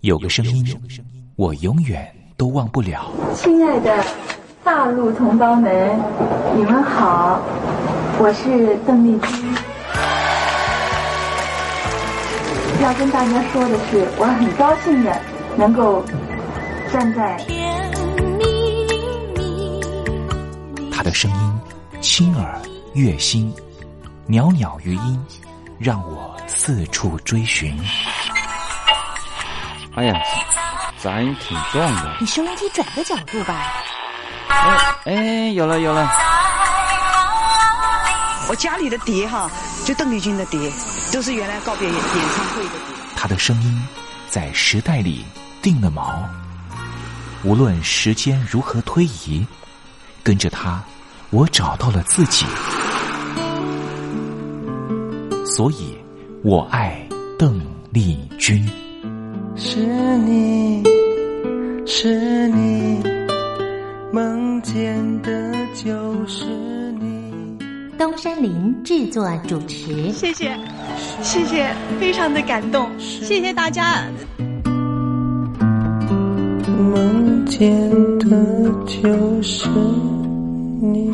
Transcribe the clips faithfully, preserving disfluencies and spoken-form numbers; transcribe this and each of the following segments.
有个声音，我永远都忘不了。 亲爱的大陆同胞们，你们好，我是邓丽君。要跟大家说的是，我很高兴的能够站在她的声音轻耳悦心，袅袅余音，让我四处追寻。 哎呀，咱挺壮的。 你收音机转个角度吧。 哎哎，有了有了。 我家里的碟哈，就邓丽君的碟，都是原来告别演唱会的碟。 她的声音在时代里定了锚，无论时间如何推移，跟着她，我找到了自己。所以，我爱邓丽君。 是你，是你，梦见的就是你。 东山林制作主持， 谢谢，谢谢，非常的感动，谢谢大家。 梦见的就是你。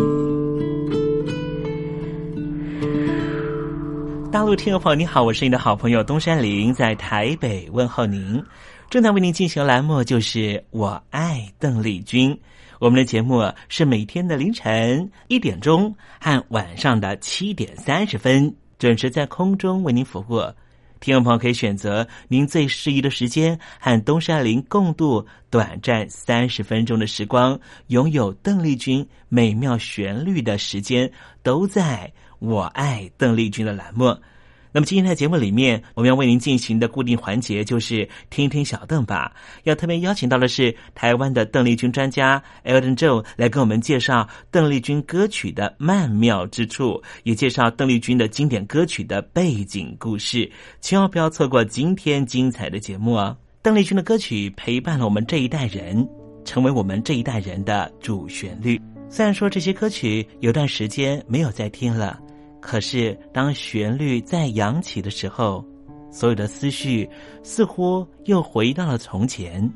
大陆听众朋友，你好，我是你的好朋友东山林，在台北问候您。正在为您进行的栏目就是我爱邓丽君。我们的节目是每天的凌晨一点钟和晚上的七点三十分准时在空中为您服务。听众朋友可以选择您最适宜的时间，和东山林共度短暂三十分钟的时光，拥有邓丽君美妙旋律的时间，都在我爱邓丽君的栏目。那么今天的节目里面，我们要为您进行的固定环节就是听听小邓吧。要特别邀请到的是台湾的邓丽君专家 Elton Joe 来跟我们介绍邓丽君歌曲的曼妙之处，也介绍邓丽君的经典歌曲的背景故事。千万不要错过今天精彩的节目哦。邓丽君的歌曲陪伴了我们这一代人，成为我们这一代人的主旋律。虽然说这些歌曲有段时间没有再听了，可是当旋律再扬起的时候，所有的思绪似乎又回到了从前。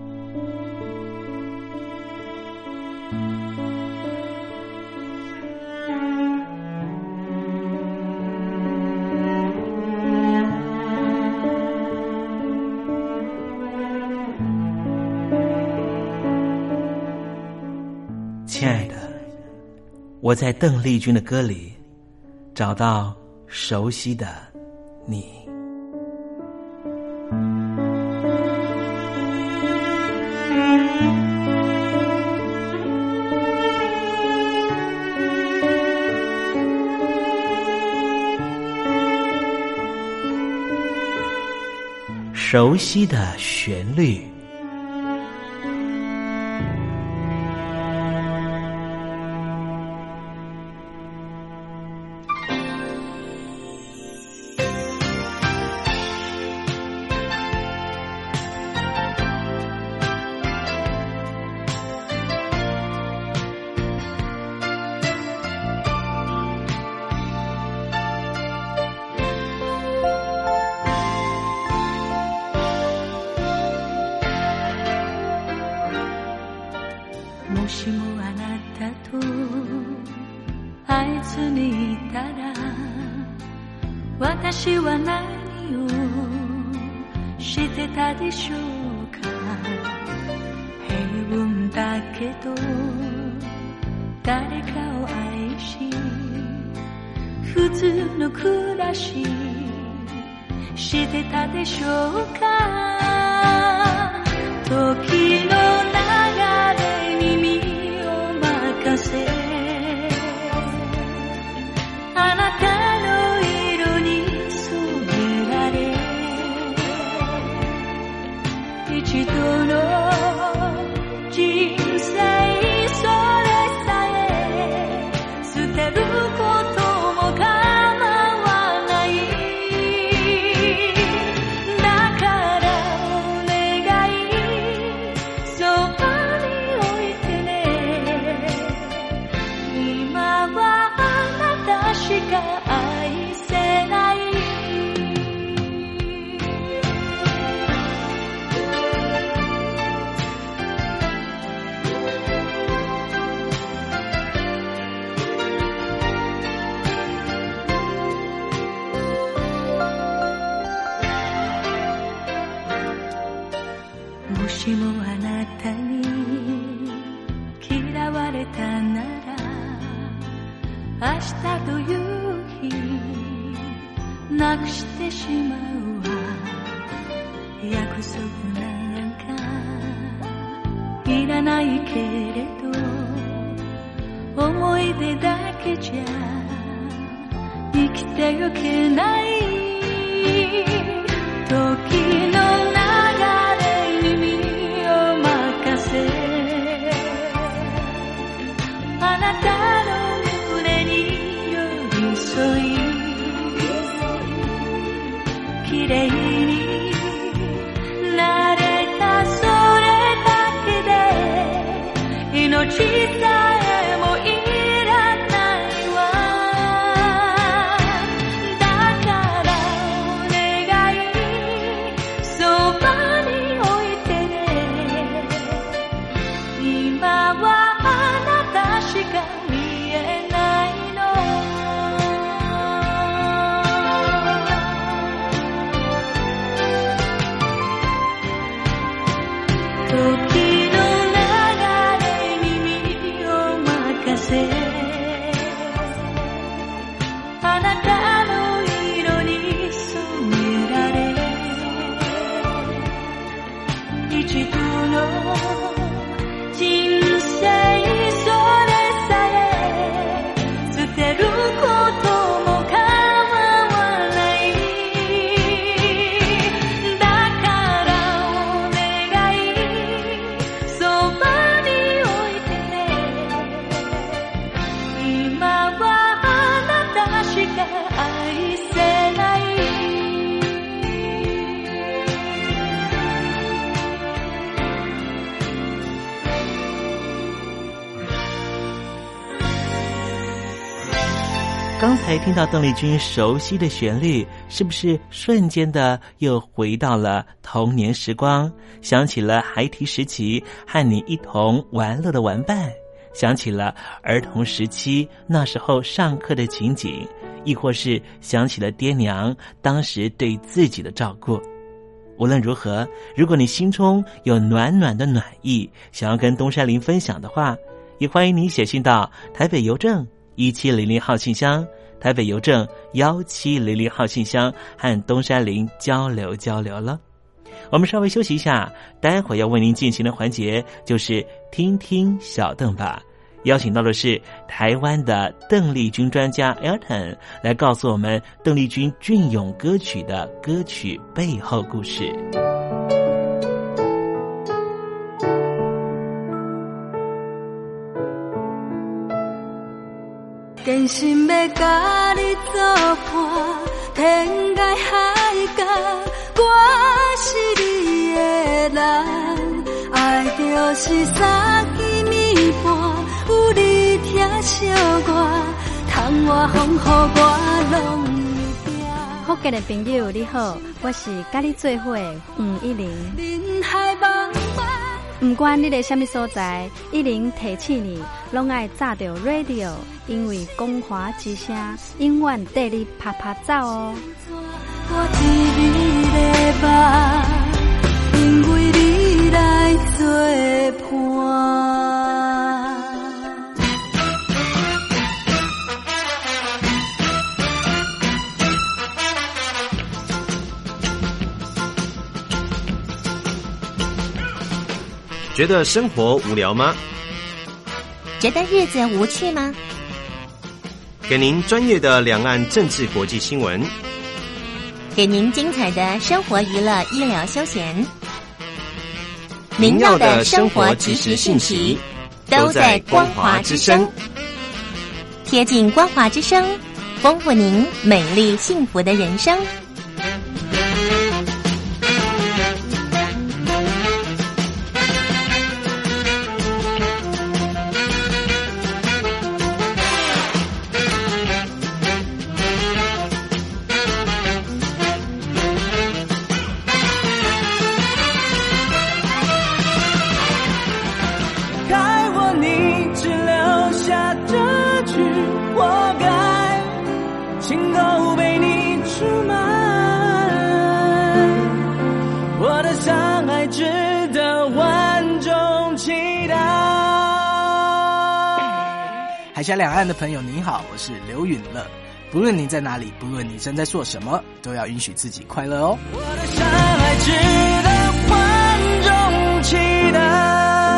亲爱的，我在邓丽君的歌里找到熟悉的你。熟悉的旋律， もしもあなたと会えずにいたら、私は何をしてたでしょうか。平凡だけど誰かを愛し、普通の暮らししてたでしょうか。時の流れに身を任せ、あなたの色に染められ、一度の人生それさえ捨てることも構わない。だからお願い、そばに置いてね。今はあなたしか愛せない。 もしもあなたに嫌われたなら明日という日なくしてしまうわ約束なんかいらないけれど思い出だけじゃ生きてゆけない時の流れに身を任せあなたの胸に寄り添い綺麗になれたそれだけで命さえもいらないわだからお願いそばに置いてね今はあなたしか見えないの時のあなたの色に染められ一度の人生それさえ捨てることも構わないだからお願いそばに置いてね今はあなたしか愛せない刚才听到邓丽君熟悉的旋律，是不是瞬间的又回到了童年时光，想起了孩提时期和你一同玩乐的玩伴，想起了儿童时期那时候上课的情景，亦或是想起了爹娘当时对自己的照顾。无论如何，如果你心中有暖暖的暖意，想要跟东山林分享的话，也欢迎你写信到台北邮政一七零零号信箱，台北邮政一七零零号信箱，和东山林交流交流了。我们稍微休息一下，待会儿要为您进行的环节就是听听小邓吧。邀请到的是台湾的邓丽君专家 Elton 来告诉我们邓丽君隽永歌曲的歌曲背后故事。 真心要甲你作伴，天涯海角，我是你的人，爱就是三更暝半，有你疼惜我，窗外风雨我拢会拼。福建的朋友你好，我是甲你做伙黄一玲。人海茫茫。不管你在什么所在，一零提醒你，拢爱炸着 radio， 因为光华之声永远带你啪啪走哦。我一日在梦，因为你来作伴。 觉得生活无聊吗？ 觉得日子无趣吗？ 给您专业的两岸政治国际新闻， 给您精彩的生活娱乐医疗休闲，您要的生活即时信息都在光华之声，贴近光华之声，丰富您美丽幸福的人生。 情都被你出卖。 我的相爱值得万众期待。 海峡两岸的朋友您好，我是刘允乐。不论你在哪里，不论你正在做什么，都要允许自己快乐哦。 我的相爱值得万众期待。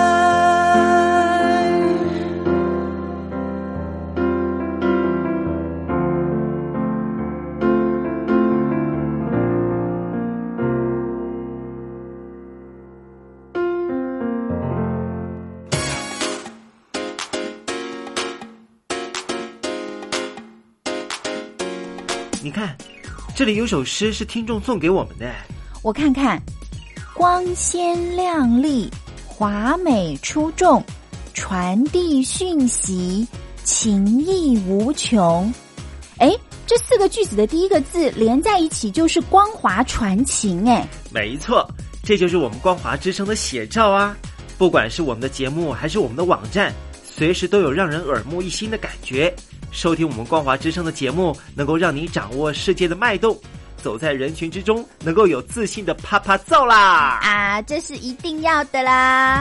你看，这里有首诗是听众送给我们的。 我看看，光鲜亮丽，华美出众，传递讯息，情意无穷。哎，这四个句子的第一个字连在一起就是光华传情。哎， 没错，这就是我们光华之声的写照啊！不管是我们的节目还是我们的网站，随时都有让人耳目一新的感觉。收听我们光华之声的节目，能够让你掌握世界的脉动，走在人群之中，能够有自信的啪啪照啦！ 啊，这是一定要的啦！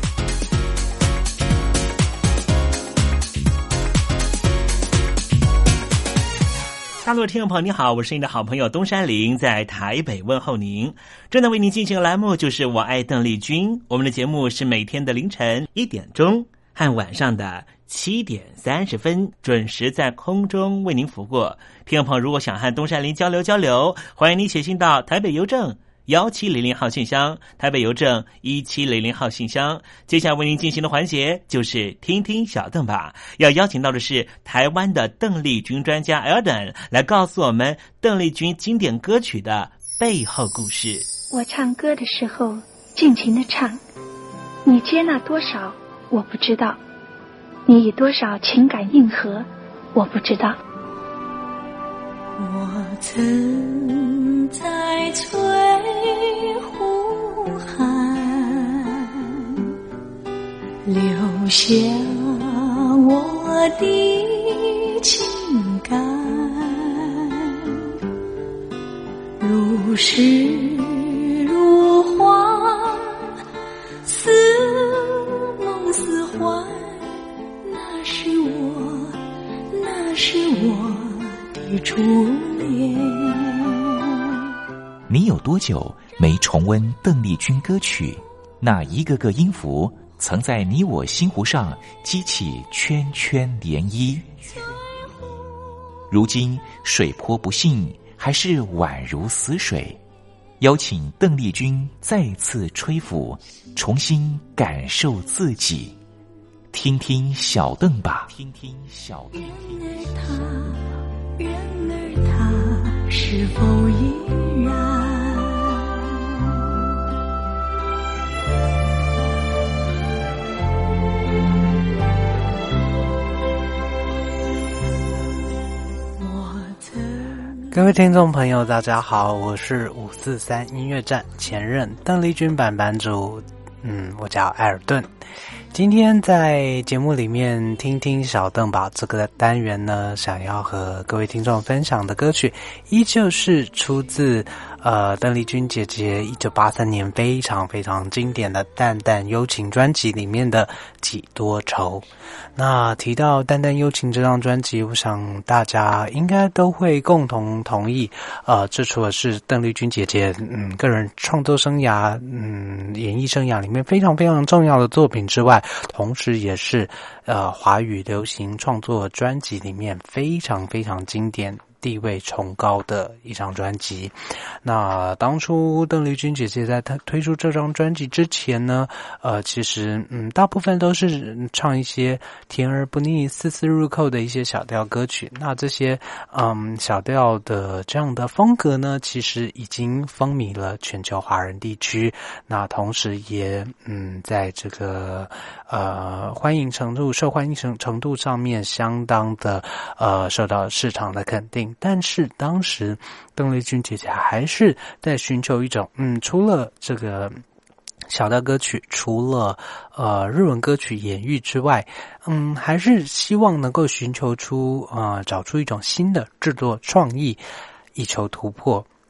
大陆的听众朋友你好，我是你的好朋友东山林，在台北问候您。正在为您进行的栏目就是我爱邓丽君，我们的节目是每天的凌晨一点钟和晚上的七点三十分准时在空中为您服务。听众朋友如果想和东山林交流交流，欢迎您写信到台北邮政一七零零号信箱，台北邮政一七零零号信箱。接下来为您进行的环节就是听听小邓吧，要邀请到的是台湾的邓丽君专家 Elden 来告诉我们邓丽君经典歌曲的背后故事。 我唱歌的时候尽情地唱，你接纳多少我不知道，你以多少情感应和我不知道。 我曾在翠湖畔留下我的情感，如诗如画，似梦似幻，那是我，那是我的初恋。 你有多久没重温邓丽君歌曲？那一个个音符曾在你我心湖上激起圈圈涟漪。如今水波不兴，还是宛如死水。邀请邓丽君再次吹拂，重新感受自己。听听小邓吧，听听小邓。 然而他是否依然？ 各位听众朋友大家好，我是五四三音乐站前任邓丽君版版主，嗯，我叫艾尔顿。今天在节目里面听听小邓吧这个单元呢，想要和各位听众分享的歌曲依旧是出自呃邓丽君姐姐一九八三年非常非常经典的《淡淡幽情》专辑里面的《几多愁》。那提到《淡淡幽情》这张专辑，我想大家应该都会共同同意，呃，这除了是邓丽君姐姐嗯个人创作生涯嗯演艺生涯里面非常非常重要的作品之外，同时也是呃华语流行创作专辑里面非常非常经典地位崇高的一张专辑。那当初邓丽君姐姐在她推出这张专辑之前呢，呃，其实嗯，大部分都是唱一些甜而不腻、丝丝入扣的一些小调歌曲。那这些嗯小调的这样的风格呢，其实已经风靡了全球华人地区。那同时也嗯，在这个呃欢迎程度、受欢迎程程度上面，相当的呃受到市场的肯定。但是当时邓丽君姐姐还是在寻求一种嗯，除了这个小调歌曲，除了呃日文歌曲演绎之外，嗯，还是希望能够寻求出呃找出一种新的制作创意，以求突破。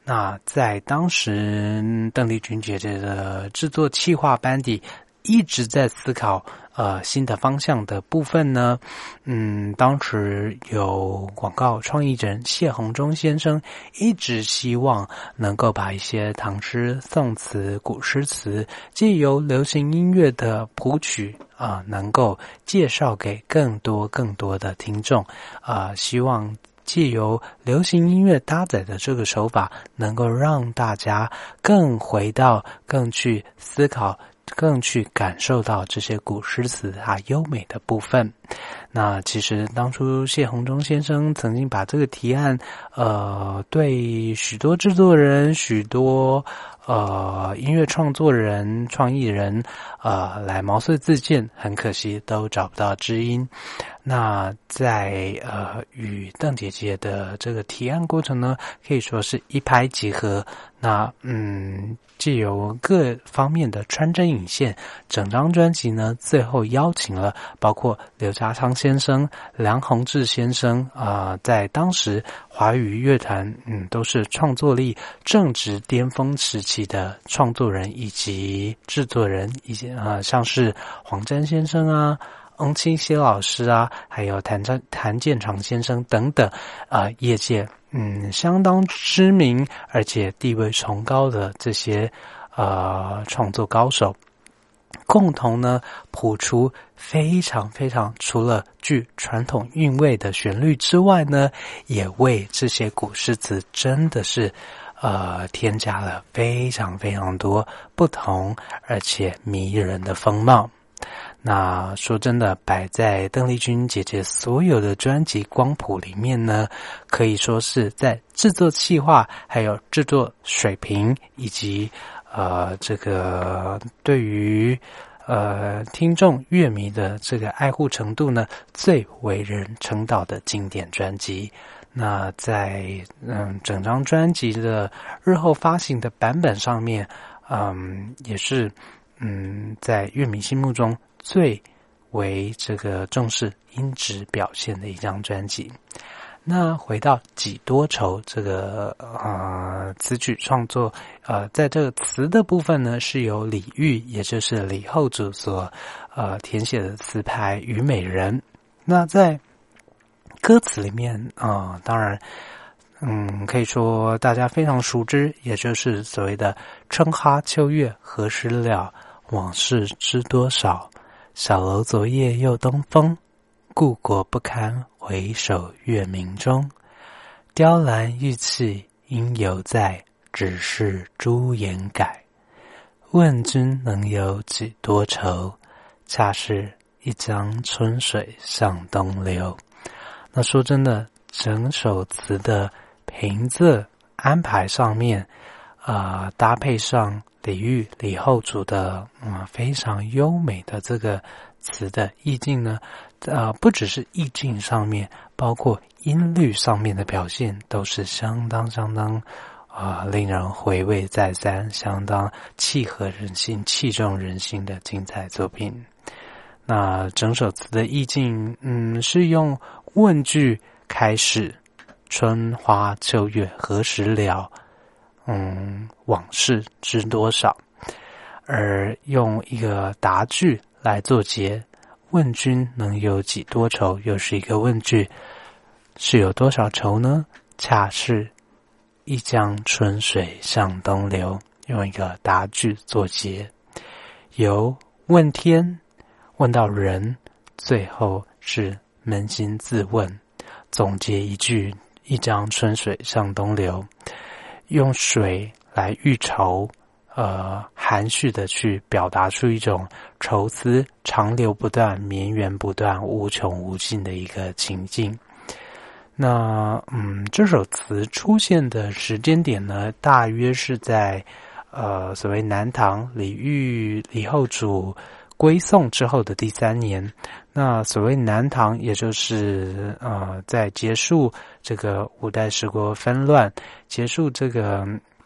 那在当时邓丽君姐姐的制作企划班底一直在思考呃新的方向的部分呢，嗯，当时有广告创意人谢鸿忠先生一直希望能够把一些唐诗宋词古诗词借由流行音乐的谱曲啊、呃，能够介绍给更多更多的听众啊、呃，希望借由流行音乐搭载的这个手法，能够让大家更回到更去思考更去感受到这些古诗词它优美的部分。那其实当初谢鸿忠先生曾经把这个提案呃对许多制作人许多呃音乐创作人创意人呃来毛遂自荐，很可惜都找不到知音。那在呃与邓姐姐的这个提案过程呢，可以说是一拍即合。那嗯藉由各方面的穿针引线，整张专辑呢最后邀请了包括刘家昌先生、梁鸿志先生啊、呃，在当时华语乐坛嗯都是创作力正值巅峰时期的创作人以及制作人，以及啊、呃、像是黄沾先生啊、翁清溪老师啊，还有谭谭健常先生等等啊、呃、业界嗯相当知名而且地位崇高的这些呃创作高手，共同呢谱出非常非常除了具传统韵味的旋律之外呢，也为这些古诗词真的是呃添加了非常非常多不同而且迷人的风貌。那说真的，摆在邓丽君姐姐所有的专辑光谱里面呢，可以说是在制作企划还有制作水平以及呃这个对于呃听众乐迷的这个爱护程度呢，最为人称道的经典专辑。那在嗯整张专辑的日后发行的版本上面，嗯也是嗯在乐迷心目中最为这个重视音质表现的一张专辑。那回到几多愁这个呃词曲创作，呃在这个词的部分呢，是由李煜，也就是李后主所呃填写的词牌《虞美人》。那在歌词里面啊、呃，当然嗯可以说大家非常熟知，也就是所谓的春花秋月何时了，往事知多少，小楼昨夜又东风，故国不堪回首月明中。雕栏玉砌应犹在，只是朱颜改。问君能有几多愁，恰是一江春水向东流。那说真的，整首词的平仄安排上面呃搭配上李煜李后主的嗯非常优美的这个词的意境呢，呃不只是意境上面，包括音律上面的表现都是相当相当啊、呃、令人回味再三，相当契合人心、器重人心的精彩作品。那整首词的意境嗯是用问句开始，春花秋月何时了，嗯，往事知多少，而用一个答句来作结，问君能有几多愁，又是一个问句，是有多少愁呢？恰是一江春水向东流，用一个答句作结，由问天问到人，最后是扪心自问，总结一句一江春水向东流，用水来喻愁，呃，含蓄的去表达出一种愁思长流不断、绵延不断、无穷无尽的一个情境。那嗯，这首词出现的时间点呢，大约是在呃所谓南唐李煜李后主归宋之后的第三年。那所谓南唐，也就是呃在结束这个五代十国纷乱，结束这个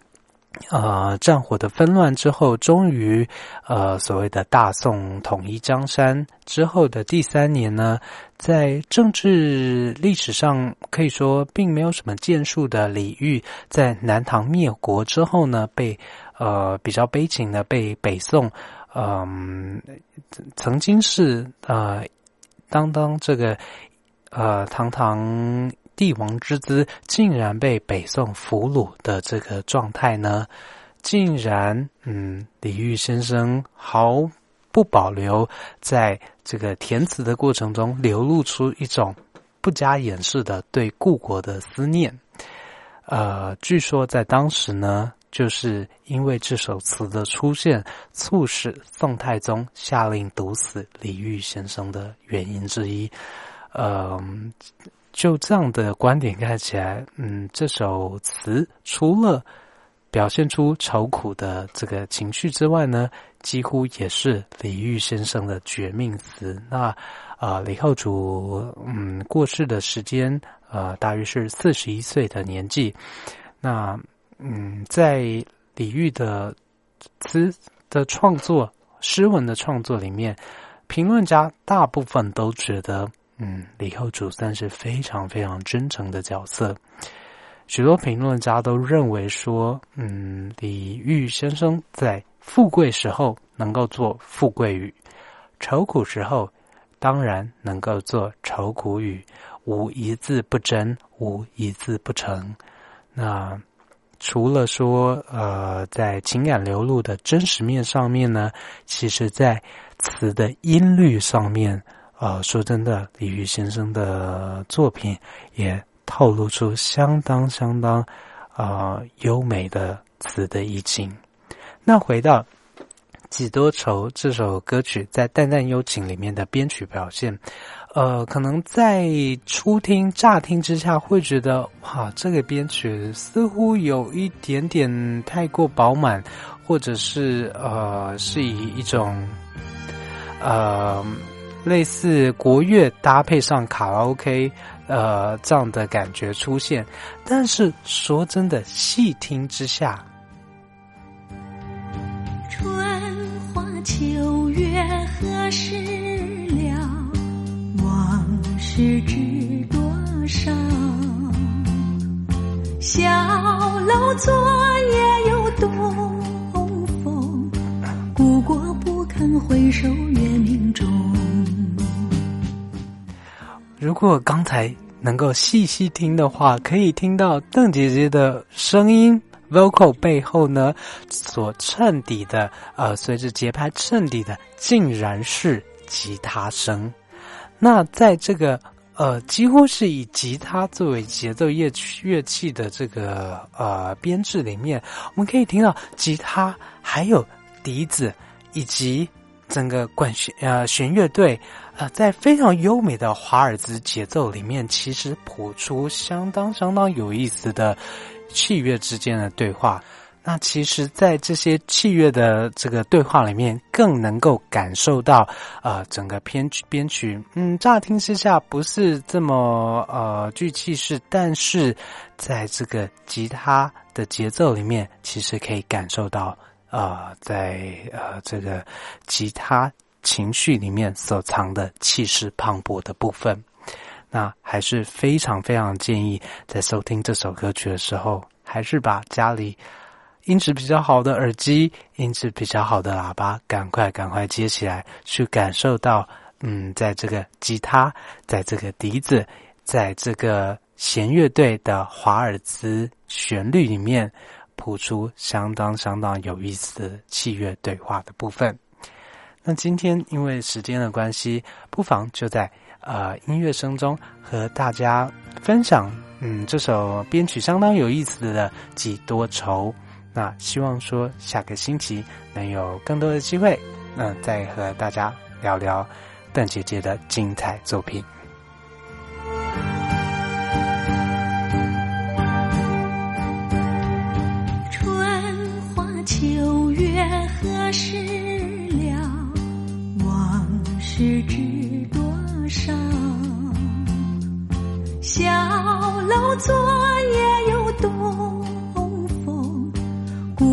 呃，战火的纷乱之后，终于，呃，所谓的大宋统一江山之后的第三年呢，在政治历史上可以说并没有什么建树的李煜，在南唐灭国之后呢，被呃比较悲情的被北宋，嗯、呃，曾经是呃当当这个呃堂堂帝王之资竟然被北宋俘虏的这个状态呢，竟然嗯，李煜先生毫不保留在这个填词的过程中流露出一种不加掩饰的对故国的思念。呃，据说在当时呢，就是因为这首词的出现，促使宋太宗下令毒死李煜先生的原因之一。呃就这样的观点看起来，嗯，这首词除了表现出愁苦的这个情绪之外呢，几乎也是李煜先生的绝命词。那呃，李后主嗯过世的时间呃大约是四十一岁的年纪。那嗯，在李煜的词的创作、诗文的创作里面，评论家大部分都觉得。嗯，李后主算是非常非常真诚的角色。许多评论家都认为说，嗯，李煜先生在富贵时候能够做富贵语，愁苦时候当然能够做愁苦语，无一字不真，无一字不成。那除了说，呃，在情感流露的真实面上面呢，其实在词的音律上面。呃，说真的，李煜先生的作品也透露出相当相当呃优美的词的意境。那回到《几多愁》这首歌曲在《淡淡幽情》里面的编曲表现，呃，可能在初听乍听之下会觉得，哇，这个编曲似乎有一点点太过饱满，或者是呃是以一种呃。类似国乐搭配上卡拉 OK 呃这样的感觉出现，但是说真的，细听之下， 春花秋月何时了？往事知多少？小楼昨夜又东风，故国不堪回首月明中。 如果刚才能够细细听的话，可以听到邓姐姐的声音 vocal 背后呢，所衬底的呃，随着节拍衬底的，竟然是吉他声。那在这个呃，几乎是以吉他作为节奏乐乐器的这个呃编制里面，我们可以听到吉他还有笛子以及整个管弦呃弦乐队呃在非常优美的华尔兹节奏里面，其实谱出相当相当有意思的器乐之间的对话。那其实在这些器乐的这个对话里面，更能够感受到呃整个编曲编曲嗯乍听之下不是这么呃具气势，但是在这个吉他的节奏里面，其实可以感受到呃在呃这个吉他情绪里面所藏的气势磅礴的部分。那还是非常非常建议在收听这首歌曲的时候，还是把家里音质比较好的耳机，音质比较好的喇叭，赶快赶快接起来，去感受到嗯，在这个吉他，在这个笛子，在这个弦乐队的华尔兹旋律里面，谱出相当相当有意思的器乐对话的部分。那今天因为时间的关系，不妨就在呃音乐声中和大家分享嗯这首编曲相当有意思的《几多愁》。那希望说下个星期能有更多的机会，那再和大家聊聊邓姐姐的精彩作品。 春花秋月何时了？往事知多少？小楼昨夜又东风，故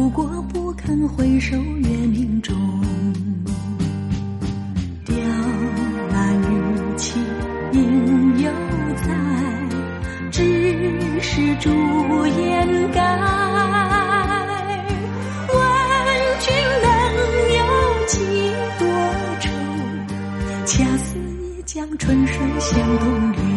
江春水向东流。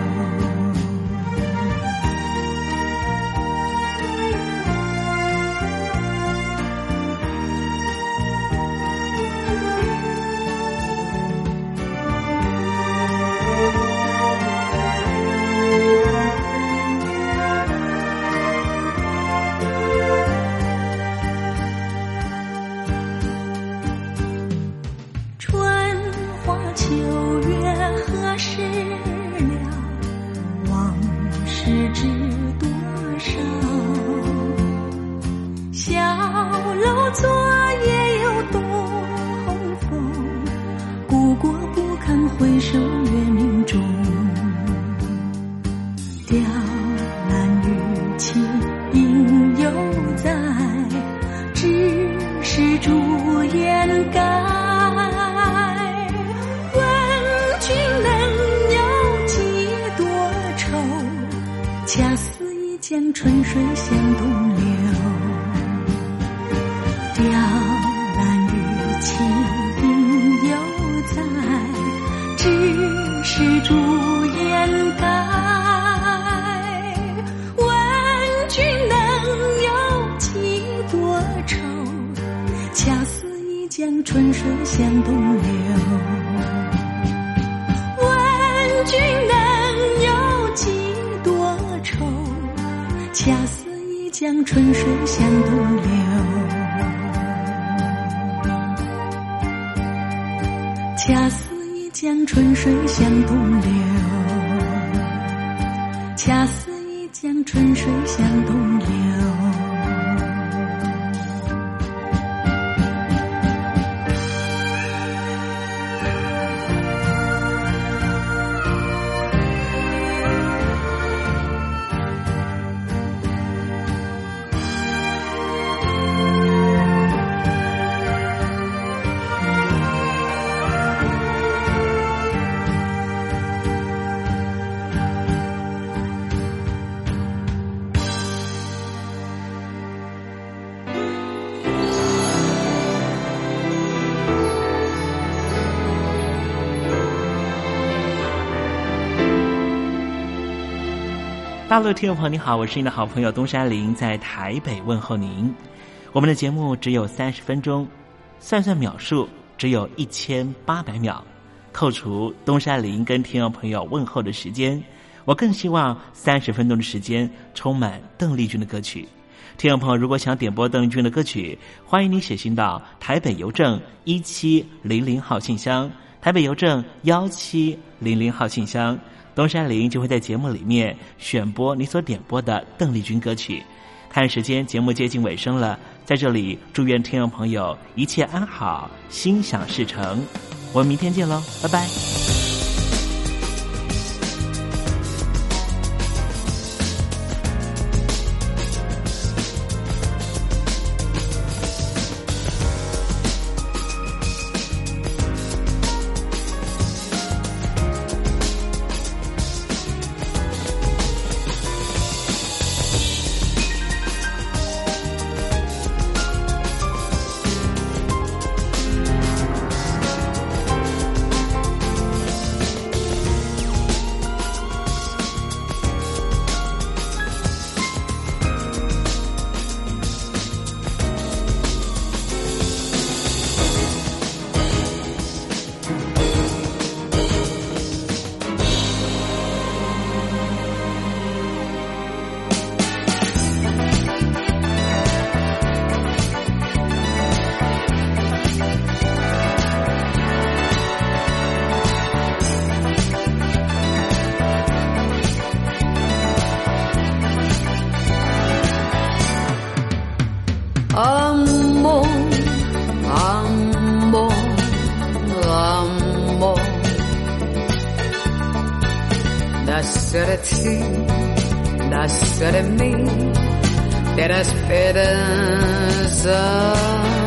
恰似一江春水向东流，恰似一江春水向东流。 大陆听众朋友你好，我是你的好朋友东山林，在台北问候您。我们的节目只有三十分钟，算算秒数只有一千八百秒，扣除东山林跟听众朋友问候的时间，我更希望三十分钟的时间充满邓丽君的歌曲。听众朋友如果想点播邓丽君的歌曲，欢迎你写信到台北邮政一七零零号信箱，台北邮政一七零零号信箱，东山林就会在节目里面选播你所点播的邓丽君歌曲。看时间，节目接近尾声了，在这里祝愿听众朋友一切安好，心想事成。我们明天见喽，拜拜。 Nascere me per asperanza